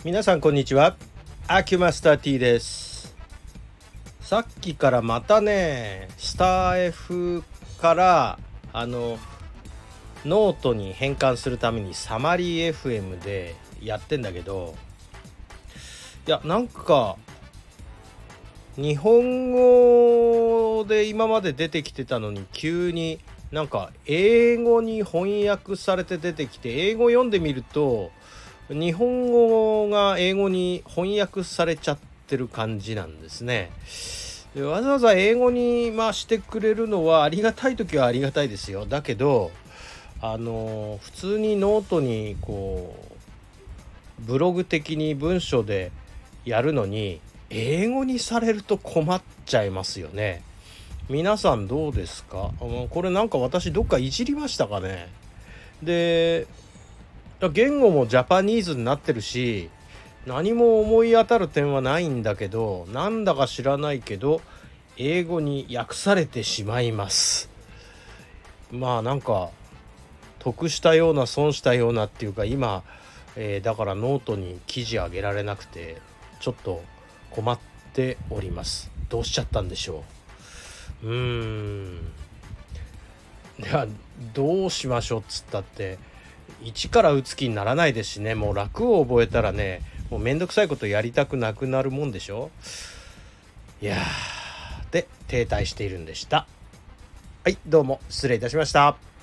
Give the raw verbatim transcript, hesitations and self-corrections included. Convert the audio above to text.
皆さんこんにちは。アキュマスター T です。さっきからまたねスター F からあのノートに変換するためにサマリー エフエム でやってんだけど、いやなんか日本語で今まで出てきてたのに急になんか英語に翻訳されて出てきて、英語読んでみると日本語が英語に翻訳されちゃってる感じなんですね。でわざわざ英語にまあしてくれるのはありがたい時はありがたいですよ。だけどあの普通にノートにこうブログ的に文章でやるのに英語にされると困っちゃいますよね。皆さんどうですか？これなんか私どっかいじりましたかね。で言語もジャパニーズになってるし何も思い当たる点はないんだけど、なんだか知らないけど英語に訳されてしまいます。まあなんか得したような損したようなっていうか今、えー、だからノートに記事上げられなくてちょっと困っております。どうしちゃったんでしょう。うーんいやどうしましょうっつったって一から打つ気にならないですしね。もう楽を覚えたらねもうめんどくさいことやりたくなくなるもんでしょ。いやーで停滞しているんでした。はい、どうも失礼いたしました。